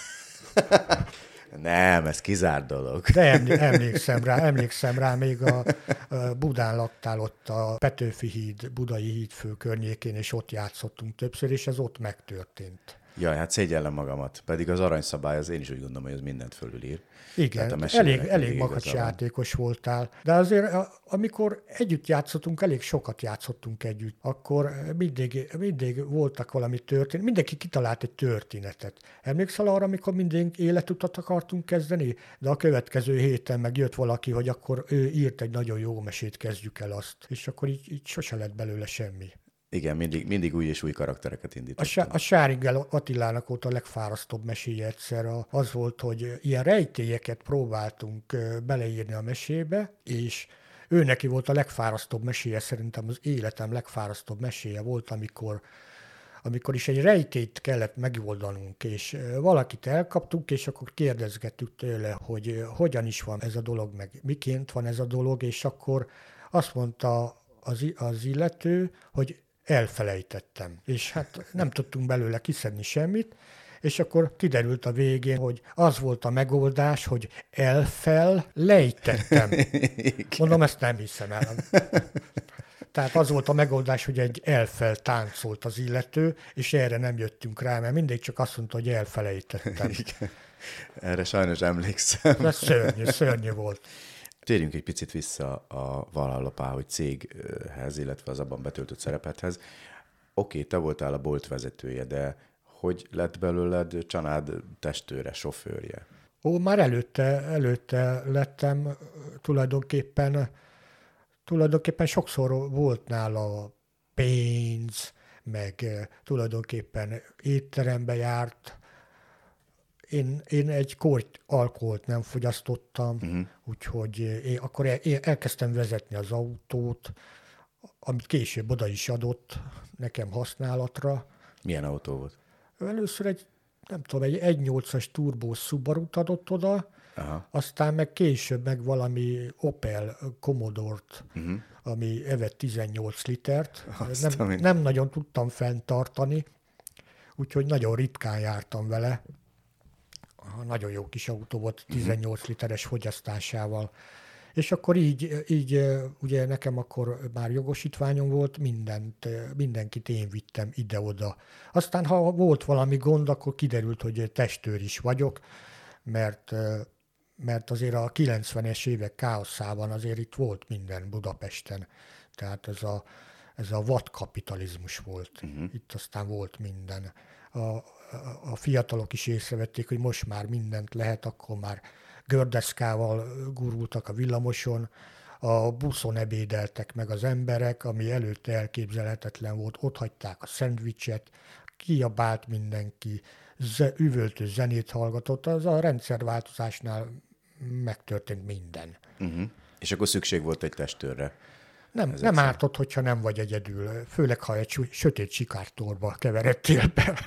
Nem, ez kizárt dolog. De emlékszem rá, emlékszem rá, még a, a Budán laktál ott a Petőfi híd, Budai hídfő környékén, és ott játszottunk többször, és ez ott megtörtént. Jaj, hát szégyellem magamat. Pedig az aranyszabály, az én is úgy gondolom, hogy ez mindent fölülír. Igen, elég, elég makacs játékos voltál. De azért, amikor együtt játszottunk, elég sokat játszottunk együtt, akkor mindig, mindig voltak valami történet, mindenki kitalált egy történetet. Emlékszel arra, amikor mindig életutat akartunk kezdeni? De a következő héten meg jött valaki, hogy akkor ő írt egy nagyon jó mesét, kezdjük el azt. És akkor így, így sose lett belőle semmi. Igen, mindig, mindig új és új karaktereket indítottam. A, a Sáringel Attilának volt a legfárasztóbb meséje egyszer. Az volt, hogy ilyen rejtélyeket próbáltunk beleírni a mesébe, és ő neki volt a legfárasztóbb meséje, szerintem az életem legfárasztóbb meséje volt, amikor, amikor is egy rejtélyt kellett megoldanunk, és valakit elkaptunk, és akkor kérdezgettük tőle, hogy hogyan is van ez a dolog, meg miként van ez a dolog, és akkor azt mondta az, az illető, hogy elfelejtettem. És hát nem tudtunk belőle kiszedni semmit, és akkor kiderült a végén, hogy az volt a megoldás, hogy elfelejtettem. Mondom, ezt nem hiszem el. Tehát az volt a megoldás, hogy egy elfel táncolt az illető, és erre nem jöttünk rá, mert mindig csak azt mondta, hogy elfelejtettem. Igen. Erre sajnos emlékszem. De szörnyű, szörnyű volt. Térjünk egy picit vissza a Valhalla céghez, illetve az abban betöltött szerepethez. Oké, te voltál a bolt vezetője, de hogy lett belőled Csanád testőre, sofőrje? Ó, már előtte, előtte lettem tulajdonképpen, tulajdonképpen sokszor volt nála pénz, meg tulajdonképpen étterembe járt. Én, én egy korty alkoholt nem fogyasztottam, uh-huh. úgyhogy én, akkor én elkezdtem vezetni az autót, amit később oda is adott nekem használatra. Milyen autó volt? Először egy, nem tudom, egy egy nyolcas turbós Subaru-t adott oda, aha. Aztán meg később meg valami Opel Commodore-t, uh-huh. ami evett tizennyolc litert. Nem, nem nagyon tudtam fenntartani, úgyhogy nagyon ritkán jártam vele. Nagyon jó kis autó volt, tizennyolc literes fogyasztásával. És akkor így, így ugye nekem akkor már jogosítványom volt, mindent, mindenkit én vittem ide-oda. Aztán, ha volt valami gond, akkor kiderült, hogy testőr is vagyok, mert, mert azért a kilencvenes évek káoszában azért itt volt minden Budapesten. Tehát ez a, ez a vadkapitalizmus volt. Uh-huh. Itt aztán volt minden. A, a fiatalok is észrevették, hogy most már mindent lehet, akkor már gördeszkával gurultak a villamoson, a buszon ebédeltek meg az emberek, ami előtte elképzelhetetlen volt, ott hagyták a szendvicset, kiabált mindenki, ze, üvöltő zenét hallgatott, az a rendszerváltozásnál megtörtént minden. Uh-huh. És akkor szükség volt egy testőrre. Nem, nem ártott, hogyha nem vagy egyedül, főleg ha egy sötét sikártorba keveredtél be.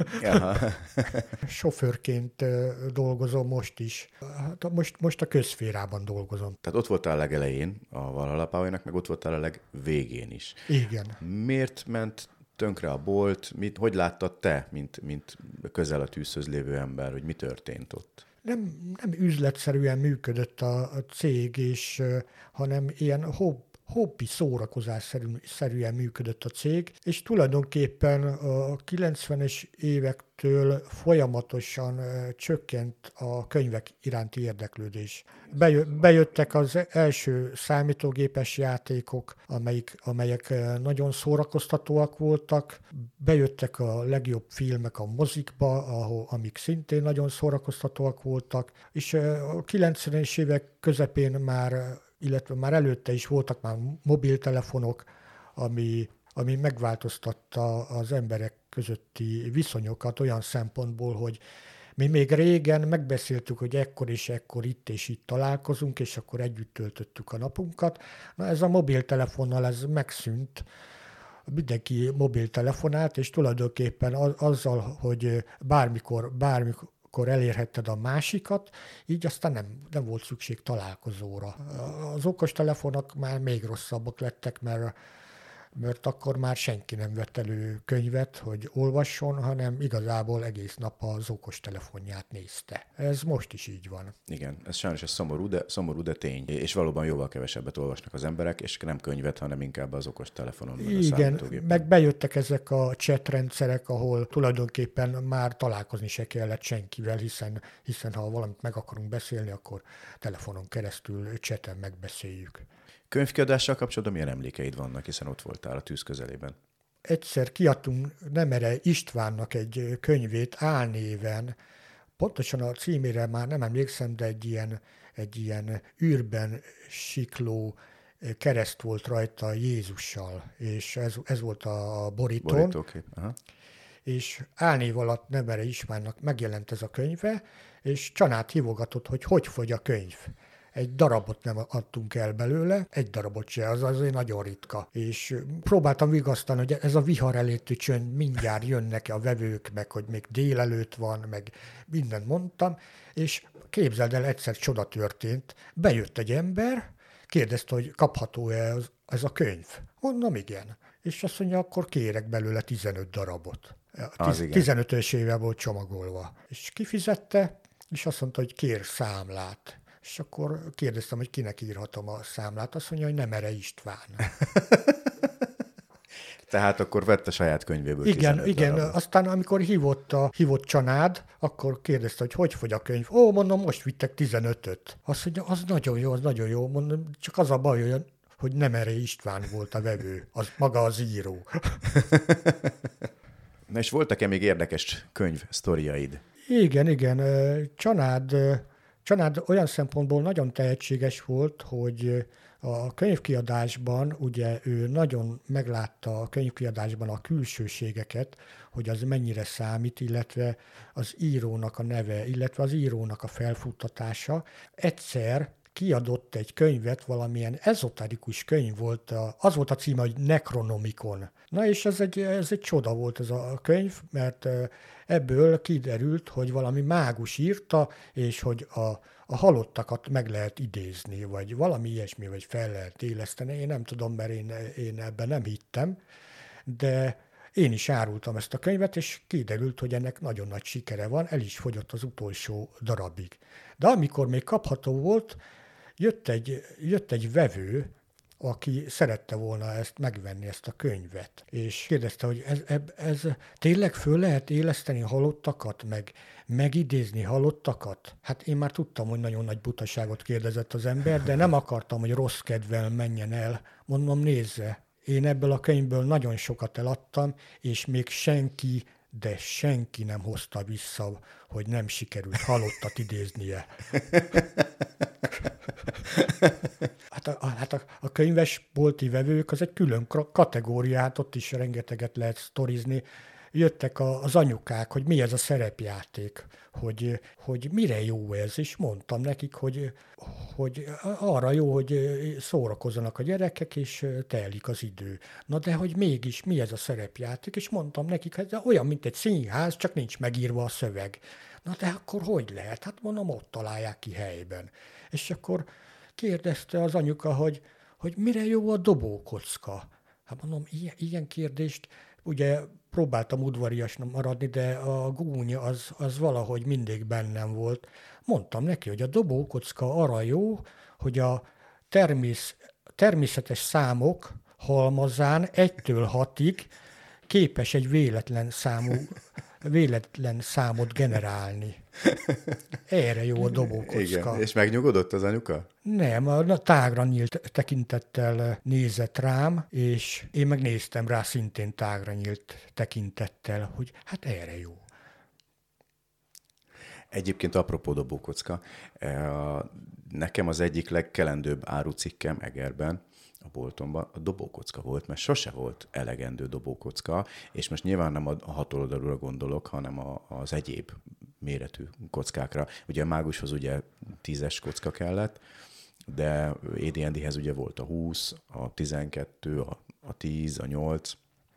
Sofőrként dolgozom most is. Hát most, most a közszférában dolgozom. Tehát ott voltál a legelején a Valhalla Powernek, meg ott voltál a legvégén is. Igen. Miért ment tönkre a bolt? Mit, hogy láttad te, mint, mint közel a tűzhöz lévő ember, hogy mi történt ott? Nem, nem üzletszerűen működött a, a cég, és, hanem ilyen hobb, hobbi szórakozásszerűen működött a cég, és tulajdonképpen a kilencvenes évektől folyamatosan csökkent a könyvek iránti érdeklődés. Bejöttek az első számítógépes játékok, amelyik, amelyek nagyon szórakoztatóak voltak, bejöttek a legjobb filmek a mozikba, ahol, amik szintén nagyon szórakoztatóak voltak, és a kilencvenes évek közepén már illetve már előtte is voltak már mobiltelefonok, ami, ami megváltoztatta az emberek közötti viszonyokat olyan szempontból, hogy mi még régen megbeszéltük, hogy ekkor és ekkor itt és itt találkozunk, és akkor együtt töltöttük a napunkat. Na ez a mobiltelefonnal ez megszűnt, mindenki mobiltelefonált, és tulajdonképpen az, azzal, hogy bármikor, bármikor akkor elérhetted a másikat, így aztán nem, nem volt szükség találkozóra. Az okostelefonok már még rosszabbak lettek, mert, mert akkor már senki nem vett elő könyvet, hogy olvasson, hanem igazából egész nap az okostelefonját nézte. Ez most is így van. Igen, ez sajnos ez szomorú, de, szomorú, de tény. És valóban jóval kevesebbet olvasnak az emberek, és nem könyvet, hanem inkább az okostelefonon. Igen, meg bejöttek ezek a chat rendszerek, ahol tulajdonképpen már találkozni se kellett senkivel, hiszen, hiszen ha valamit meg akarunk beszélni, akkor telefonon keresztül chaten megbeszéljük. Könyvkiadással kapcsolatban milyen emlékeid vannak, hiszen ott voltál a tűz közelében? Egyszer kiadtunk Nemere Istvánnak egy könyvét álnéven, pontosan a címére már nem emlékszem, de egy ilyen, egy ilyen űrben sikló kereszt volt rajta Jézussal, és ez, ez volt a borítón. Borítókép. Aha. És álnév alatt Nemere Istvánnak megjelent ez a könyve, és Csanát hívogatott, hogy hogy fogy a könyv. Egy darabot nem adtunk el belőle, egy darabot se, az azért nagyon ritka. És próbáltam vigasztani, hogy ez a vihar előtti csönd, mindjárt jönnek a vevők, meg hogy még délelőtt van, meg mindent mondtam, és képzeld el, egyszer csoda történt. Bejött egy ember, kérdezte, hogy kapható-e ez a könyv. Mondom, igen. És azt mondja, akkor kérek belőle tizenöt darabot. tizenötösével volt csomagolva. És kifizette, és azt mondta, hogy kér számlát. És akkor kérdeztem, hogy kinek írhatom a számlát. Azt mondja, hogy Nemere István. Tehát akkor vett a saját könyvéből. Igen, igen. Darabot. Aztán amikor hívott, a, hívott Csanád, akkor kérdezte, hogy hogy fogy a könyv. Ó, mondom, most vittek tizenötöt. Azt mondja, az nagyon jó, az nagyon jó. Mondom, csak az a baj, hogy, hogy Nemere István volt a vevő, az maga az író. Na és voltak-e még érdekes könyv sztoriaid? Igen, igen. Csanád... Csanád olyan szempontból nagyon tehetséges volt, hogy a könyvkiadásban, ugye ő nagyon meglátta a könyvkiadásban a külsőségeket, hogy az mennyire számít, illetve az írónak a neve, illetve az írónak a felfuttatása. Egyszer kiadott egy könyvet, valamilyen ezoterikus könyv volt, az volt a címe, hogy Necronomicon. Na és ez egy, ez egy csoda volt ez a könyv, mert ebből kiderült, hogy valami mágus írta, és hogy a, a halottakat meg lehet idézni, vagy valami ilyesmi, vagy fel lehet éleszteni. Én nem tudom, mert én, én ebben nem hittem, de én is árultam ezt a könyvet, és kiderült, hogy ennek nagyon nagy sikere van, el is fogyott az utolsó darabig. De amikor még kapható volt, jött egy, jött egy vevő, aki szerette volna ezt megvenni, ezt a könyvet. És kérdezte, hogy ez, ez tényleg föl lehet éleszteni halottakat, meg megidézni halottakat? Hát én már tudtam, hogy nagyon nagy butaságot kérdezett az ember, de nem akartam, hogy rossz kedvel menjen el. Mondom, nézze, én ebből a könyvből nagyon sokat eladtam, és még senki, de senki nem hozta vissza, hogy nem sikerült halottat idéznie. Hát a, hát a, a könyvesbolti vevők az egy külön kategóriát, ott is rengeteget lehet sztorizni. Jöttek a, az anyukák, hogy mi ez a szerepjáték, hogy, hogy mire jó ez, és mondtam nekik, hogy, hogy arra jó, hogy szórakozzanak a gyerekek, és telik az idő. Na de hogy mégis mi ez a szerepjáték, és mondtam nekik, hogy olyan, mint egy színház, csak nincs megírva a szöveg. Na de akkor hogy lehet? Hát mondom, ott találják ki helyben. És akkor kérdezte az anyuka, hogy, hogy mire jó a dobókocka. Hát mondom, ilyen, ilyen kérdést, ugye próbáltam udvariasnak maradni, de a gúny az, az valahogy mindig bennem volt. Mondtam neki, hogy a dobókocka arra jó, hogy a termész, természetes számok halmazán egytől hatig képes egy véletlen számú véletlen számot generálni. Erre jó a dobókocka. Igen. És megnyugodott az anyuka? Nem, a tágra nyílt tekintettel nézett rám, és én megnéztem rá szintén tágra nyílt tekintettel, hogy hát erre jó. Egyébként apropó dobókocka, nekem az egyik legkelendőbb árucikkem Egerben, a boltomban a dobókocka volt, mert sose volt elegendő dobókocka, és most nyilván nem a hatoldalúra gondolok, hanem a, az egyéb méretű kockákra. Ugye a mágushoz ugye tízes kocka kellett, de á dé és dé-hez ugye volt a húsz, a tizenkettő, a, a tíz, a nyolc,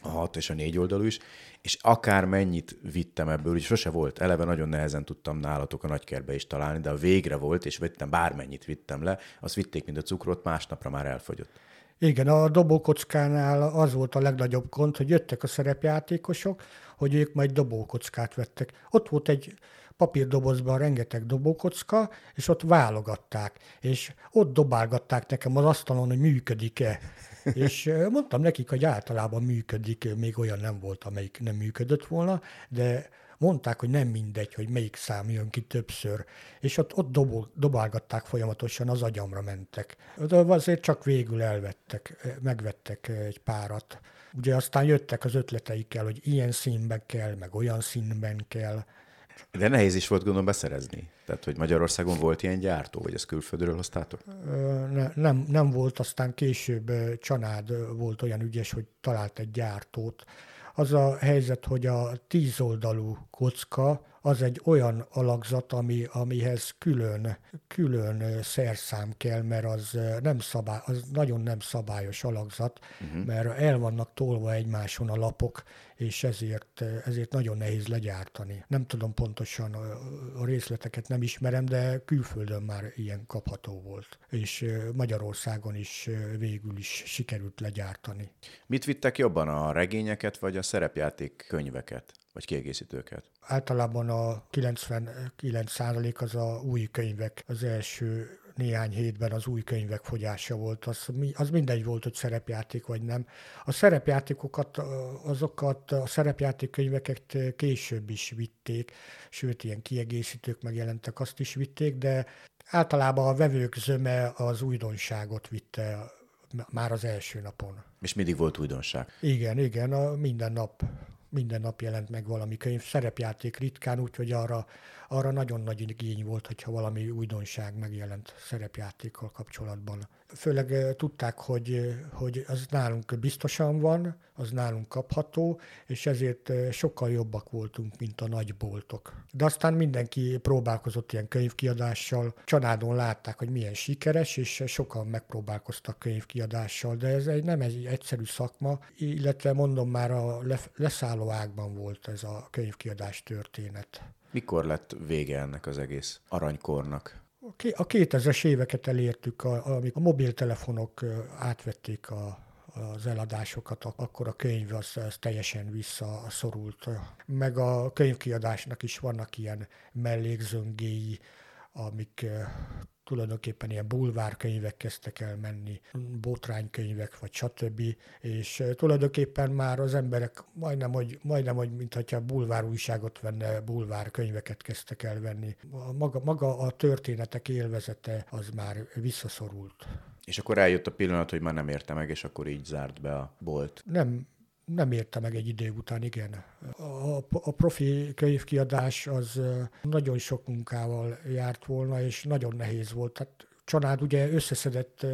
a hat és a négy oldalú is, és akár mennyit vittem ebből, úgy sose volt. Eleve nagyon nehezen tudtam nálatok a nagykertbe is találni, de a végre volt, és vittem, bármennyit vittem le, azt vitték, mint a cukrot, másnapra már elfogyott. Igen, a dobókockánál az volt a legnagyobb gond, hogy jöttek a szerepjátékosok, hogy ők majd dobókockát vettek. Ott volt egy papírdobozban rengeteg dobókocka, és ott válogatták, és ott dobálgatták nekem az asztalon, hogy működik-e. És mondtam nekik, hogy általában működik, még olyan nem volt, amelyik nem működött volna, de mondták, hogy nem mindegy, hogy melyik szám jön ki többször. És ott, ott dobol, dobálgatták folyamatosan, az agyamra mentek. De azért csak végül elvettek, megvettek egy párat. Ugye aztán jöttek az ötleteikkel, hogy ilyen színben kell, meg olyan színben kell. De nehéz is volt gondolom beszerezni. Tehát, hogy Magyarországon volt ilyen gyártó, vagy ezt külföldről hoztátok? Ne, nem, nem volt, aztán később Csanád volt olyan ügyes, hogy talált egy gyártót. Az a helyzet, hogy a tízoldalú kocka az egy olyan alakzat, ami, amihez külön, külön szerszám kell, mert az, nem szabály, az nagyon nem szabályos alakzat, uh-huh. mert el vannak tolva egymáson a lapok, és ezért, ezért nagyon nehéz legyártani. Nem tudom pontosan, a részleteket nem ismerem, de külföldön már ilyen kapható volt. És Magyarországon is végül is sikerült legyártani. Mit vittek jobban, a regényeket, vagy a szerepjáték könyveket, vagy kiegészítőket? Általában a kilencvenkilenc százalék az a új könyvek, az első néhány hétben az új könyvek fogyása volt. Az, az mindegy volt, hogy szerepjáték vagy nem. A szerepjátékokat, azokat a szerepjátékkönyveket később is vitték, sőt, ilyen kiegészítők megjelentek, azt is vitték, de általában a vevők zöme az újdonságot vitte már az első napon. És mindig volt újdonság? Igen, igen, a minden nap. Minden nap jelent meg valami könyv, szerepjáték ritkán, úgyhogy arra, arra nagyon nagy igény volt, hogyha valami újdonság megjelent szerepjátékkal kapcsolatban. Főleg tudták, hogy, hogy az nálunk biztosan van, az nálunk kapható, és ezért sokkal jobbak voltunk, mint a nagyboltok. De aztán mindenki próbálkozott ilyen könyvkiadással. Csanádon látták, hogy milyen sikeres, és sokan megpróbálkoztak könyvkiadással, de ez egy, nem egy egyszerű szakma, illetve mondom már a leszálló ágban volt ez a könyvkiadás történet. Mikor lett vége ennek az egész aranykornak? A kétezres éveket elértük, amikor a mobiltelefonok átvették a, az eladásokat, akkor a könyv az, az teljesen visszaszorult. Meg a könyvkiadásnak is vannak ilyen mellékzöngéi, amik tulajdonképpen ilyen bulvárkönyvek kezdtek el menni, botránykönyvek, vagy stb. És tulajdonképpen már az emberek majdnem, hogy, majdnem, hogy mintha bulvár újságot venne, bulvár könyveket kezdtek el venni. A maga, maga a történetek élvezete az már visszaszorult. És akkor eljött a pillanat, hogy már nem érte meg, és akkor így zárt be a bolt. Nem. Nem érte meg egy idő után, igen. A, a profi könyvkiadás az nagyon sok munkával járt volna, és nagyon nehéz volt. Tehát Csanád ugye összeszedett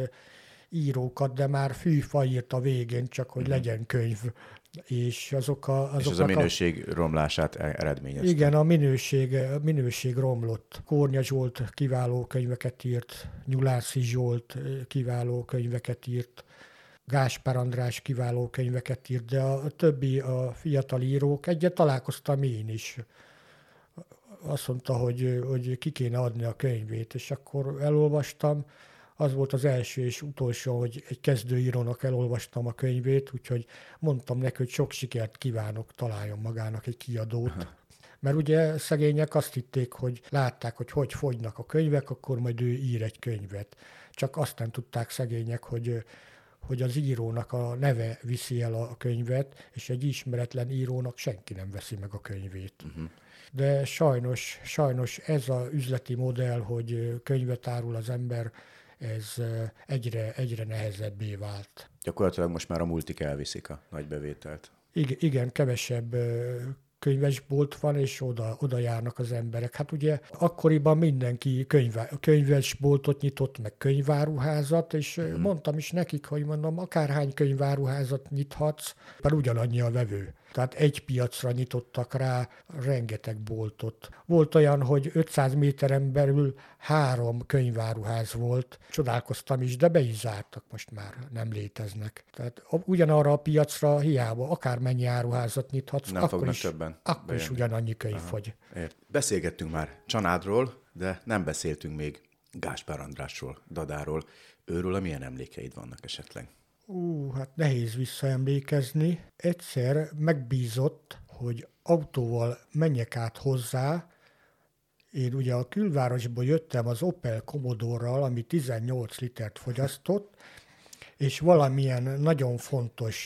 írókat, de már fűfa írt a végén, csak hogy mm-hmm. legyen könyv. És azok a, és az a minőség a... romlását eredményezte. Igen, a minőség, a minőség romlott. Kórnya Zsolt kiváló könyveket írt, Nyulászi Zsolt kiváló könyveket írt, Gáspár András kiváló könyveket írt, de a többi, a fiatal írók, egyet találkoztam én is. Azt mondta, hogy, hogy ki kéne adni a könyvét, és akkor elolvastam. Az volt az első és utolsó, hogy egy kezdőírónak elolvastam a könyvét, úgyhogy mondtam neki, hogy sok sikert kívánok, találjon magának egy kiadót. Aha. Mert ugye szegények azt hitték, hogy látták, hogy hogy fogynak a könyvek, akkor majd ő ír egy könyvet. Csak azt nem tudták szegények, hogy hogy az írónak a neve viszi el a könyvet, és egy ismeretlen írónak senki nem veszi meg a könyvét. Uh-huh. De sajnos, sajnos ez az üzleti modell, hogy könyvet árul az ember, ez egyre, egyre nehezebbé vált. Gyakorlatilag most már a multik elviszik a nagy bevételt. Igen, igen, kevesebb könyvesbolt van, és oda, oda járnak az emberek. Hát ugye akkoriban mindenki könyve, könyvesboltot nyitott, meg könyváruházat, és mm. mondtam is nekik, hogy mondom, akárhány könyváruházat nyithatsz, mert ugyanannyi a vevő. Tehát egy piacra nyitottak rá rengeteg boltot. Volt olyan, hogy ötszáz méteren belül három könyváruház volt. Csodálkoztam is, de be is zártak, most már nem léteznek. Tehát ugyanarra a piacra hiába akármennyi áruházat nyithatsz, nem akkor, is, többen akkor is ugyanannyi könyv Aha. fogy. Ért. Beszélgettünk már Csanádról, de nem beszéltünk még Gáspár Andrásról, Dadáról. Őről milyen emlékeid vannak esetleg? Ú, hát nehéz visszaemlékezni. Egyszer megbízott, hogy autóval menjek át hozzá. Én ugye a külvárosból jöttem az Opel Commodore-ral, ami tizennyolc litert fogyasztott, és valamilyen nagyon fontos,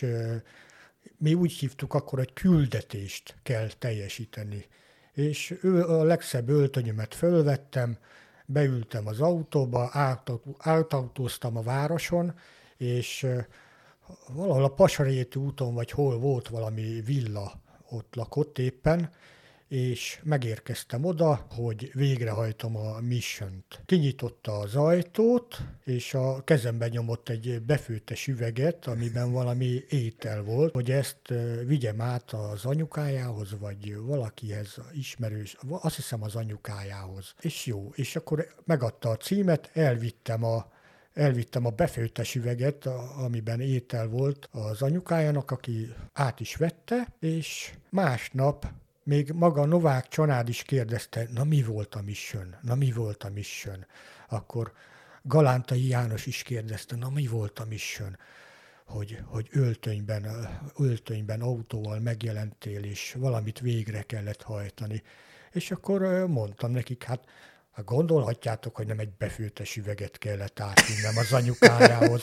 mi úgy hívtuk akkor, hogy küldetést kell teljesíteni. És ő a legszebb öltönyömet fölvettem, beültem az autóba, átautóztam a városon, és valahol a Pasaréti úton, vagy hol volt valami villa, ott lakott éppen, és megérkeztem oda, hogy végrehajtom a missiont. Kinyitotta az ajtót, és a kezembe nyomott egy befőttes üveget, amiben valami étel volt, hogy ezt vigyem át az anyukájához, vagy valakihez ismerős, azt hiszem az anyukájához. És jó, és akkor megadta a címet, elvittem a Elvittem a befőttes üveget, amiben étel volt az anyukájának, aki át is vette, és másnap még maga Novák Csanád is kérdezte, na mi volt a mission, na mi volt a mission. Akkor Galántai János is kérdezte, na mi volt a mission, hogy, hogy öltönyben, öltönyben autóval megjelentél, és valamit végre kellett hajtani. És akkor mondtam nekik, hát Hát gondolhatjátok, hogy nem egy befőttes üveget kellett átvinnem az anyukájához.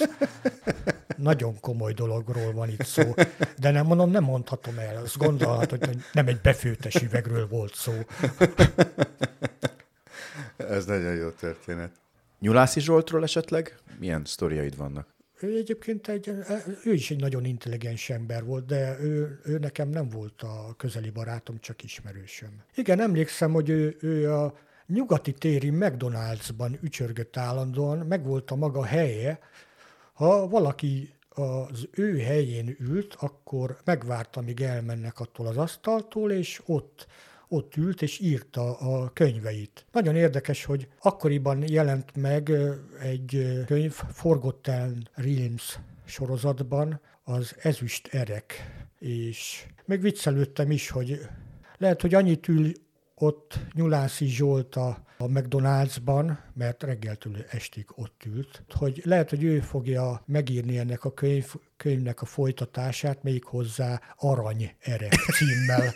Nagyon komoly dologról van itt szó. De nem mondom, nem mondhatom el. Azt gondolhatod, hogy nem egy befőttes üvegről volt szó. Ez nagyon jó történet. Nyulászi Zsoltról esetleg milyen sztoriaid vannak? Ő egyébként egy, ő is egy nagyon intelligens ember volt, de ő, ő nekem nem volt a közeli barátom, csak ismerősöm. Igen, emlékszem, hogy ő, ő a nyugati téri McDonald'sban ücsörgött állandóan, megvolt a maga helye. Ha valaki az ő helyén ült, akkor megvárta, amíg elmennek attól az asztaltól, és ott, ott ült, és írta a könyveit. Nagyon érdekes, hogy akkoriban jelent meg egy könyv Forgotten Realms sorozatban, az Ezüst erek. És még viccelődtem is, hogy lehet, hogy annyit ül ott Nyulászi Zsolt a, a McDonald'sban, mert reggeltől estig ott ült, hogy lehet, hogy ő fogja megírni ennek a könyv, könyvnek a folytatását, még hozzá Arany erek címmel.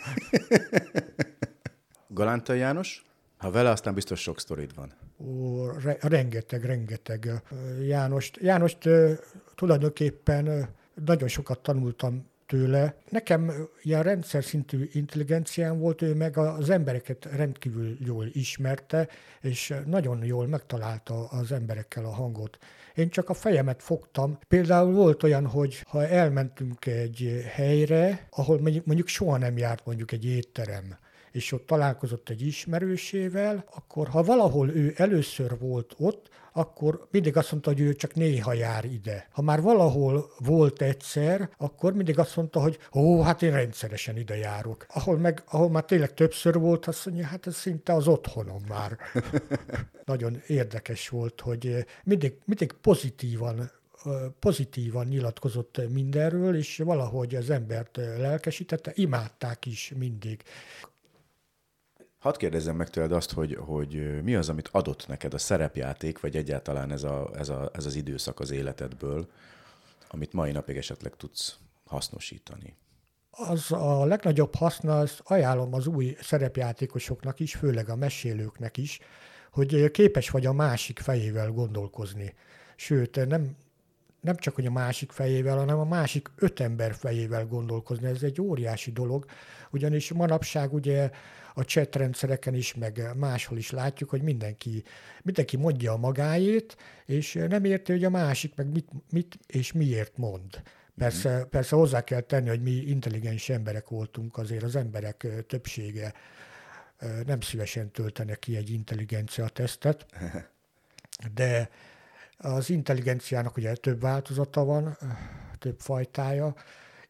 Galántai János? Ha vele, aztán biztos sok sztorid van. Ó, re, rengeteg, rengeteg. Jánost, Jánost tulajdonképpen nagyon sokat tanultam tőle. Nekem ilyen rendszer szintű intelligenciám volt, ő meg az embereket rendkívül jól ismerte, és nagyon jól megtalálta az emberekkel a hangot. Én csak a fejemet fogtam. Például volt olyan, hogy ha elmentünk egy helyre, ahol mondjuk soha nem járt mondjuk egy étterem, és ott találkozott egy ismerősével, akkor ha valahol ő először volt ott, akkor mindig azt mondta, hogy ő csak néha jár ide. Ha már valahol volt egyszer, akkor mindig azt mondta, hogy ó, hát én rendszeresen ide járok. Ahol, meg, ahol már tényleg többször volt, azt mondja, hát ez szinte az otthonom már. Nagyon érdekes volt, hogy mindig, mindig pozitívan pozitívan nyilatkozott mindenről, és valahogy az embert lelkesítette, imádták is mindig. Hadd kérdezzem meg tőled azt, hogy, hogy mi az, amit adott neked a szerepjáték, vagy egyáltalán ez, a, ez, a, ez az időszak az életedből, amit mai napig esetleg tudsz hasznosítani? Az a legnagyobb haszna, azt ajánlom az új szerepjátékosoknak is, főleg a mesélőknek is, hogy képes vagy a másik fejével gondolkozni. Sőt, nem, nem csak hogy a másik fejével, hanem a másik öt ember fejével gondolkozni. Ez egy óriási dolog, ugyanis manapság ugye a chat rendszereken is, meg máshol is látjuk, hogy mindenki, mindenki mondja a magáét, és nem érti, hogy a másik meg mit, mit és miért mond. Persze, mm-hmm. persze hozzá kell tenni, hogy mi intelligens emberek voltunk, azért az emberek többsége nem szívesen töltene ki egy intelligencia tesztet, de az intelligenciának ugye több változata van, több fajtája,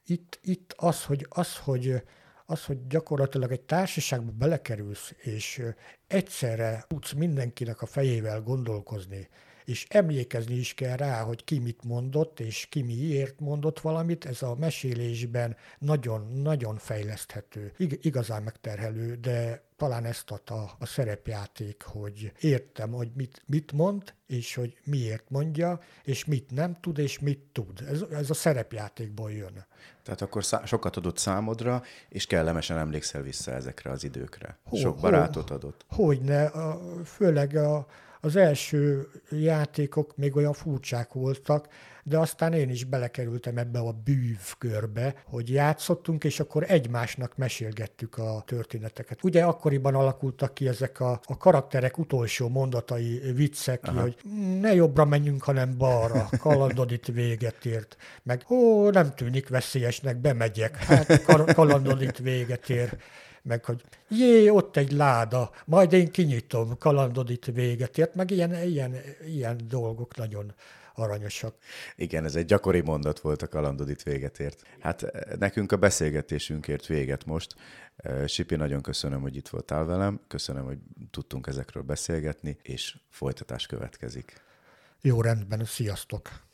itt, itt az, hogy, az, hogy az, hogy gyakorlatilag egy társaságba belekerülsz, és egyszerre tudsz mindenkinek a fejével gondolkozni, és emlékezni is kell rá, hogy ki mit mondott, és ki miért mondott valamit, ez a mesélésben nagyon-nagyon fejleszthető, Ig- igazán megterhelő, de talán ezt adta a szerepjáték, hogy értem, hogy mit, mit mond, és hogy miért mondja, és mit nem tud, és mit tud. Ez, ez a szerepjátékból jön. Tehát akkor szá- sokat adott számodra, és kellemesen emlékszel vissza ezekre az időkre. Hó, Sok hó, barátot adott. Hogyne, a, főleg a, az első játékok még olyan furcsák voltak, de aztán én is belekerültem ebbe a bűvkörbe, hogy játszottunk, és akkor egymásnak mesélgettük a történeteket. Ugye akkoriban alakultak ki ezek a, a karakterek utolsó mondatai, viccek, ki, hogy ne jobbra menjünk, hanem balra, kalandod itt véget ért. Meg, ó, nem tűnik veszélyesnek, bemegyek, hát kar- kalandod itt véget ér. Meg, hogy jé, ott egy láda, majd én kinyitom, kalandod itt véget ért, meg ilyen, ilyen, ilyen dolgok nagyon aranyosak. Igen, ez egy gyakori mondat volt, a kalandod itt véget ért. Hát nekünk a beszélgetésünk ért véget most. Sipi, nagyon köszönöm, hogy itt voltál velem, köszönöm, hogy tudtunk ezekről beszélgetni, és folytatás következik. Jó, rendben, sziasztok!